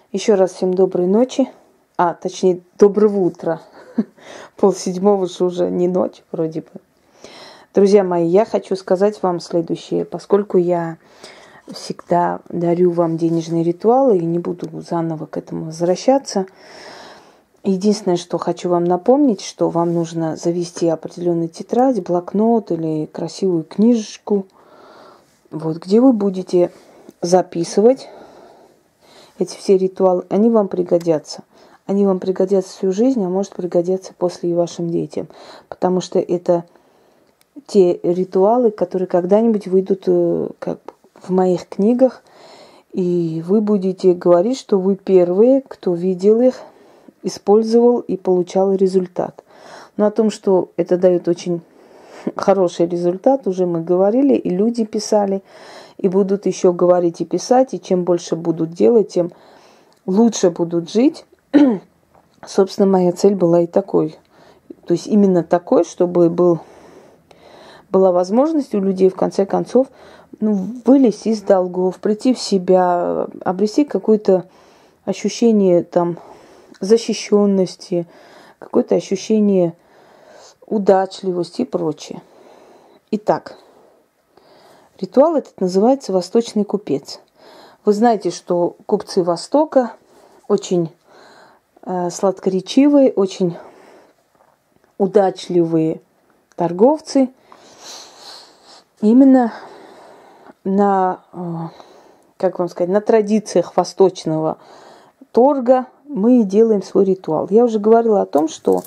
Еще раз всем доброй ночи, точнее доброго утра. 6:30 же уже не ночь вроде бы. Друзья мои, я хочу сказать вам следующее. Поскольку я всегда дарю вам денежные ритуалы и не буду заново к этому возвращаться, единственное, что хочу вам напомнить, что вам нужно завести определенную тетрадь, блокнот или красивую книжечку, где вы будете записывать эти все ритуалы. Они вам пригодятся. Они вам пригодятся всю жизнь, а может пригодятся после и вашим детям. Потому что это те ритуалы, которые когда-нибудь выйдут как в моих книгах, и вы будете говорить, что вы первые, кто видел их, использовал и получал результат. Но о том, что это дает очень хороший результат, уже мы говорили, и люди писали, и будут еще говорить и писать, и чем больше будут делать, тем лучше будут жить. Собственно, моя цель была и такой. То есть именно такой, чтобы была возможность у людей в конце концов вылезть из долгов, прийти в себя, обрести какое-то ощущение защищенности, какое-то ощущение удачливости и прочее. Итак, ритуал этот называется «Восточный купец». Вы знаете, что купцы Востока очень сладкоречивые, очень удачливые торговцы. Именно на традициях восточного торга мы делаем свой ритуал. Я уже говорила о том, что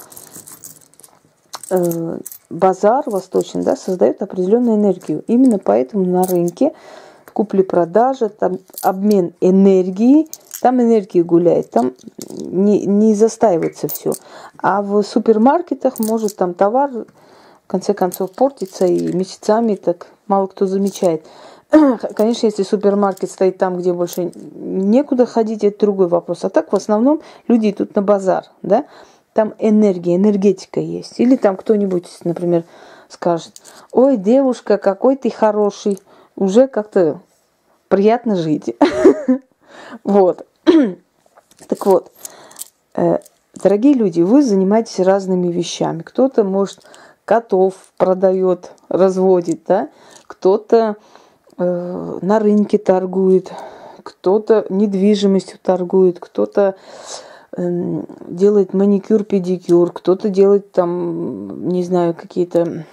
базар восточный, создает определенную энергию. Именно поэтому на рынке купли-продажа, там обмен энергией, там энергия гуляет, там не застаивается все. А в супермаркетах может там товар в конце концов портиться, и месяцами так мало кто замечает. Конечно, если супермаркет стоит там, где больше некуда ходить, это другой вопрос. А так в основном люди идут на базар, да? Там энергетика есть. Или там кто-нибудь, например, скажет: ой, девушка, какой ты хороший, уже как-то приятно жить. Вот. Так вот, дорогие люди, вы занимаетесь разными вещами. Кто-то, может, котов продает, разводит, да? Кто-то на рынке торгует, кто-то недвижимостью торгует, кто-то делает маникюр, педикюр, кто-то делает какие-то,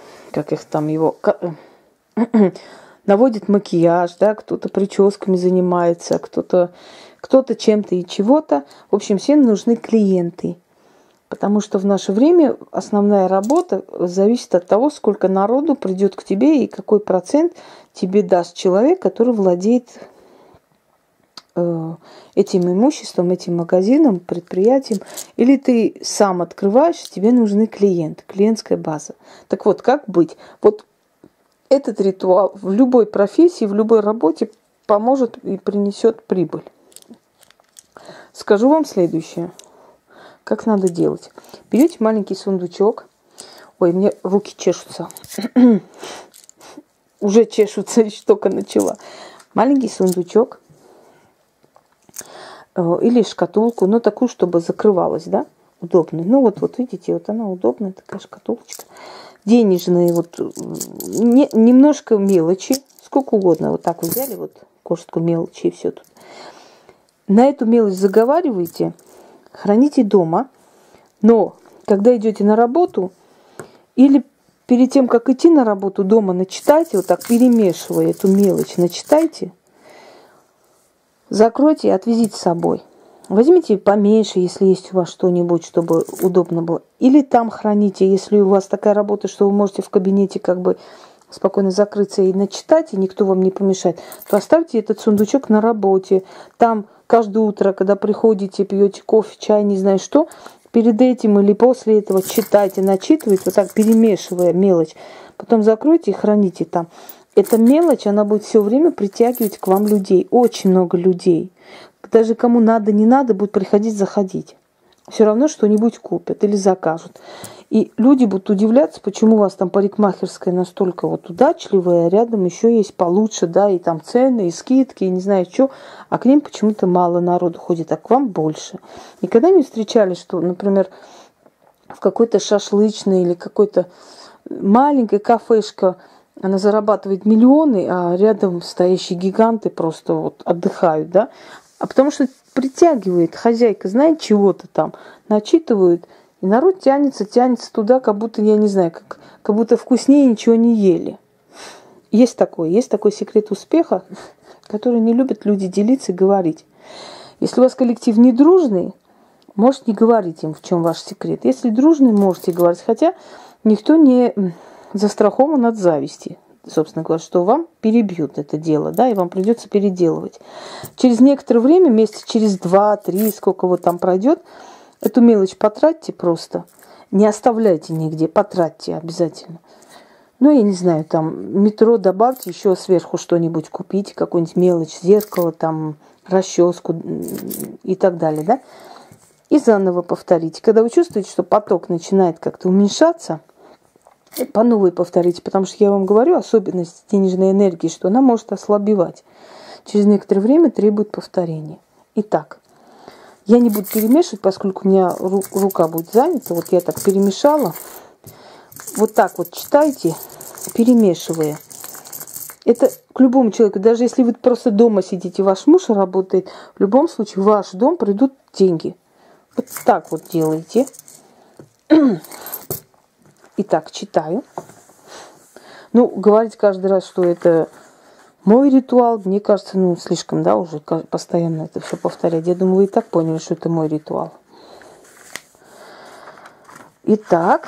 наводит макияж, да, кто-то прическами занимается, кто-то чем-то и чего-то. В общем, всем нужны клиенты. Потому что в наше время основная работа зависит от того, сколько народу придет к тебе и какой процент тебе даст человек, который владеет этим имуществом, этим магазином, предприятием. Или ты сам открываешь, тебе нужны клиенты, клиентская база. Так вот, как быть? Вот этот ритуал в любой профессии, в любой работе поможет и принесет прибыль. Скажу вам следующее. Как надо делать? Берете маленький сундучок. Ой, мне руки чешутся. Уже чешутся, еще только начала. Маленький сундучок. Или шкатулку, но такую, чтобы закрывалась, да? Удобно. Вот видите, вот она удобная, такая шкатулочка. Денежные, немножко мелочи. Сколько угодно. Вот так взяли, кошечку мелочи и все тут. На эту мелочь заговариваете, храните дома, но когда идете на работу или перед тем, как идти на работу, дома начитайте, вот так перемешивая эту мелочь, начитайте, закройте и отвезите с собой. Возьмите поменьше, если есть у вас что-нибудь, чтобы удобно было. Или там храните, если у вас такая работа, что вы можете в кабинете спокойно закрыться и начитать, и никто вам не помешает, то оставьте этот сундучок на работе. Там каждое утро, когда приходите, пьете кофе, чай, не знаю что, перед этим или после этого читайте, начитывайте, вот так перемешивая мелочь. Потом закройте и храните там. Эта мелочь, она будет все время притягивать к вам людей. Очень много людей. Даже кому надо, не надо, будет приходить, заходить. все равно что-нибудь купят или закажут. И люди будут удивляться, почему у вас там парикмахерская настолько вот удачливая, а рядом еще есть получше, да, и там цены, и скидки, и не знаю что, а к ним почему-то мало народу ходит, а к вам больше. Никогда не встречали, что, например, в какой-то шашлычной или какой-то маленькой кафешка она зарабатывает миллионы, а рядом стоящие гиганты просто вот отдыхают, да? А потому что притягивает хозяйка, знает чего-то там, начитывают, и народ тянется туда, как будто, я не знаю, как будто вкуснее ничего не ели. Есть такой секрет успеха, который не любят люди делиться и говорить. Если у вас коллектив не дружный, можете не говорить им, в чем ваш секрет. Если дружный, можете говорить, хотя никто не застрахован от зависти. Собственно говоря, что вам перебьют это дело, да, и вам придется переделывать. Через некоторое время, месяца через 2-3, сколько вот там пройдет, эту мелочь потратьте просто. Не оставляйте нигде, потратьте обязательно. Ну, я не знаю, там, метро добавьте, еще сверху что-нибудь купите, какую-нибудь мелочь, зеркало, там, расческу и так далее, да. И заново повторите. Когда вы чувствуете, что поток начинает как-то уменьшаться, по новой повторите, потому что я вам говорю, особенность денежной энергии, что она может ослабевать. Через некоторое время требует повторения. Итак, я не буду перемешивать, поскольку у меня рука будет занята. Вот я так перемешала. Вот так вот читайте, перемешивая. Это к любому человеку, даже если вы просто дома сидите, ваш муж работает, в любом случае в ваш дом придут деньги. Вот так вот делайте. Итак, читаю. Ну, говорить каждый раз, что это мой ритуал, мне кажется, ну, слишком, да, уже постоянно это все повторять. Я думаю, вы и так поняли, что это мой ритуал. Итак,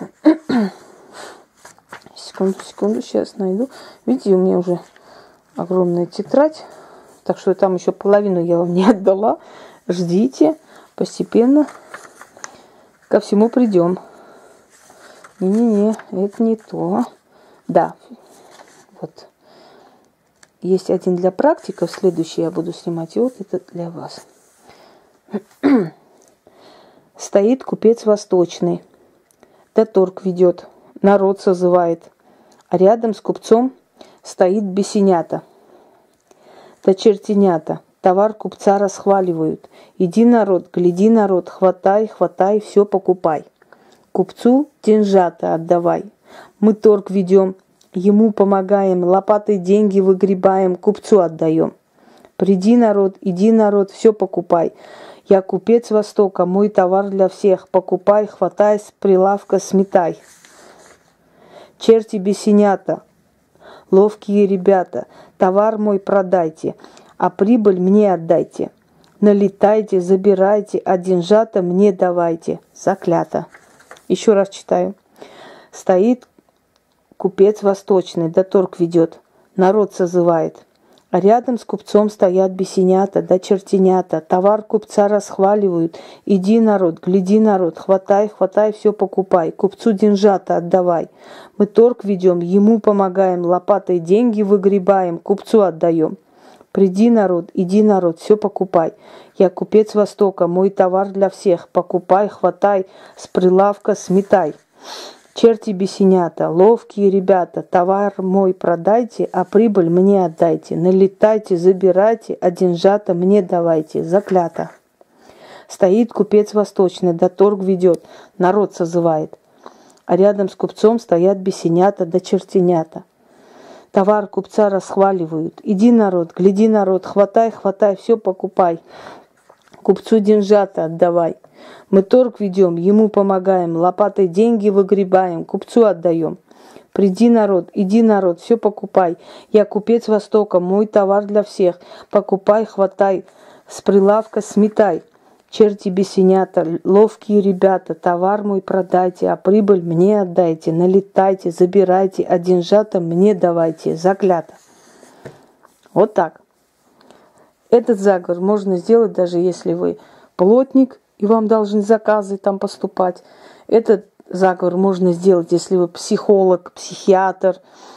секунду, сейчас найду. Видите, у меня уже огромная тетрадь, так что там еще половину я вам не отдала. Ждите, постепенно ко всему придем. Не-не-не, это не то. Да, вот. Есть один для практиков, следующий я буду снимать, и вот это для вас. Стоит купец восточный, да торг ведет, народ созывает, а рядом с купцом стоит бесенята, да чертенята, товар купца расхваливают. Иди, народ, гляди, народ, хватай, хватай, все покупай. Купцу деньжата отдавай. Мы торг ведем, ему помогаем, лопатой деньги выгребаем, купцу отдаем. Приди, народ, иди, народ, все покупай. Я купец Востока, мой товар для всех. Покупай, хватай, с прилавка сметай. Черти бесенята, ловкие ребята, товар мой продайте, а прибыль мне отдайте. Налетайте, забирайте, а деньжата мне давайте. Заклято. Еще раз читаю. Стоит купец восточный, да торг ведет, народ созывает. А рядом с купцом стоят бесенята, да чертенята, товар купца расхваливают. Иди, народ, гляди, народ, хватай, хватай, все покупай, купцу деньжата отдавай. Мы торг ведем, ему помогаем, лопатой деньги выгребаем, купцу отдаем. Приди, народ, иди, народ, все покупай. Я купец Востока, мой товар для всех. Покупай, хватай, с прилавка сметай. Черти бесенята, ловкие ребята, товар мой продайте, а прибыль мне отдайте. Налетайте, забирайте, а деньжата мне давайте. Заклято. Стоит купец восточный, да торг ведет, народ созывает. А рядом с купцом стоят бесенята да чертенята. Товар купца расхваливают. Иди, народ, гляди, народ, хватай, хватай, все покупай. Купцу деньжата отдавай. Мы торг ведем, ему помогаем, лопатой деньги выгребаем, купцу отдаем. Приди, народ, иди, народ, все покупай. Я купец Востока, мой товар для всех. Покупай, хватай, с прилавка сметай. Черти бесенята, ловкие ребята, товар мой продайте, а прибыль мне отдайте. Налетайте, забирайте, а деньжата мне давайте. Заклято. Вот так. Этот заговор можно сделать, даже если вы плотник, и вам должны заказы там поступать. Этот заговор можно сделать, если вы психолог, психиатр,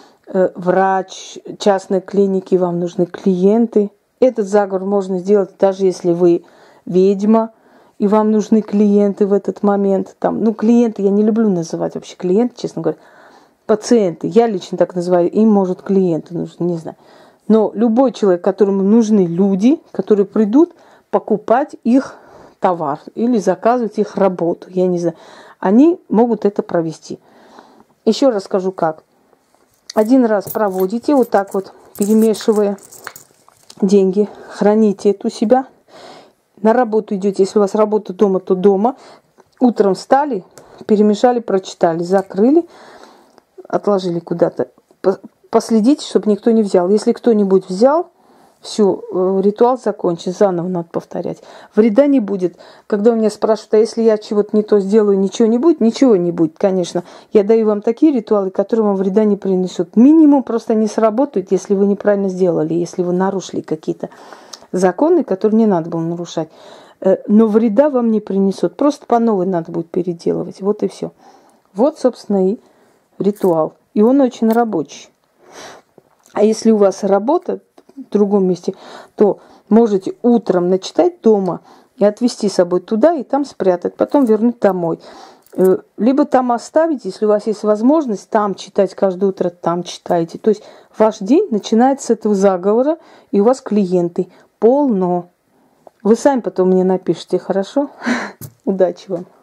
врач частной клиники, вам нужны клиенты. Этот заговор можно сделать, даже если вы ведьма, и вам нужны клиенты в этот момент. Там, ну, клиенты, я не люблю называть вообще клиенты, честно говоря. Пациенты, я лично так называю, им, может, клиенты нужны, не знаю. Но любой человек, которому нужны люди, которые придут покупать их товар или заказывать их работу, я не знаю, они могут это провести. Еще раз скажу как. Один раз проводите, вот так вот, перемешивая деньги, храните это у себя. На работу идете, если у вас работа дома, то дома. Утром встали, перемешали, прочитали, закрыли, отложили куда-то. Последите, чтобы никто не взял. Если кто-нибудь взял, все, ритуал закончен, заново надо повторять. Вреда не будет. Когда у меня спрашивают, а если я чего-то не то сделаю, ничего не будет? Ничего не будет, конечно. Я даю вам такие ритуалы, которые вам вреда не принесут. Минимум просто не сработают, если вы неправильно сделали, если вы нарушили какие-то законы, которые не надо было нарушать. Но вреда вам не принесут. Просто по новой надо будет переделывать. Вот и все. Вот, собственно, и ритуал. И он очень рабочий. А если у вас работа в другом месте, то можете утром начитать дома и отвезти с собой туда и там спрятать, потом вернуть домой. Либо там оставить, если у вас есть возможность, там читать каждое утро, там читайте. То есть ваш день начинается с этого заговора, и у вас клиенты полно. Вы сами потом мне напишите, хорошо? Удачи вам.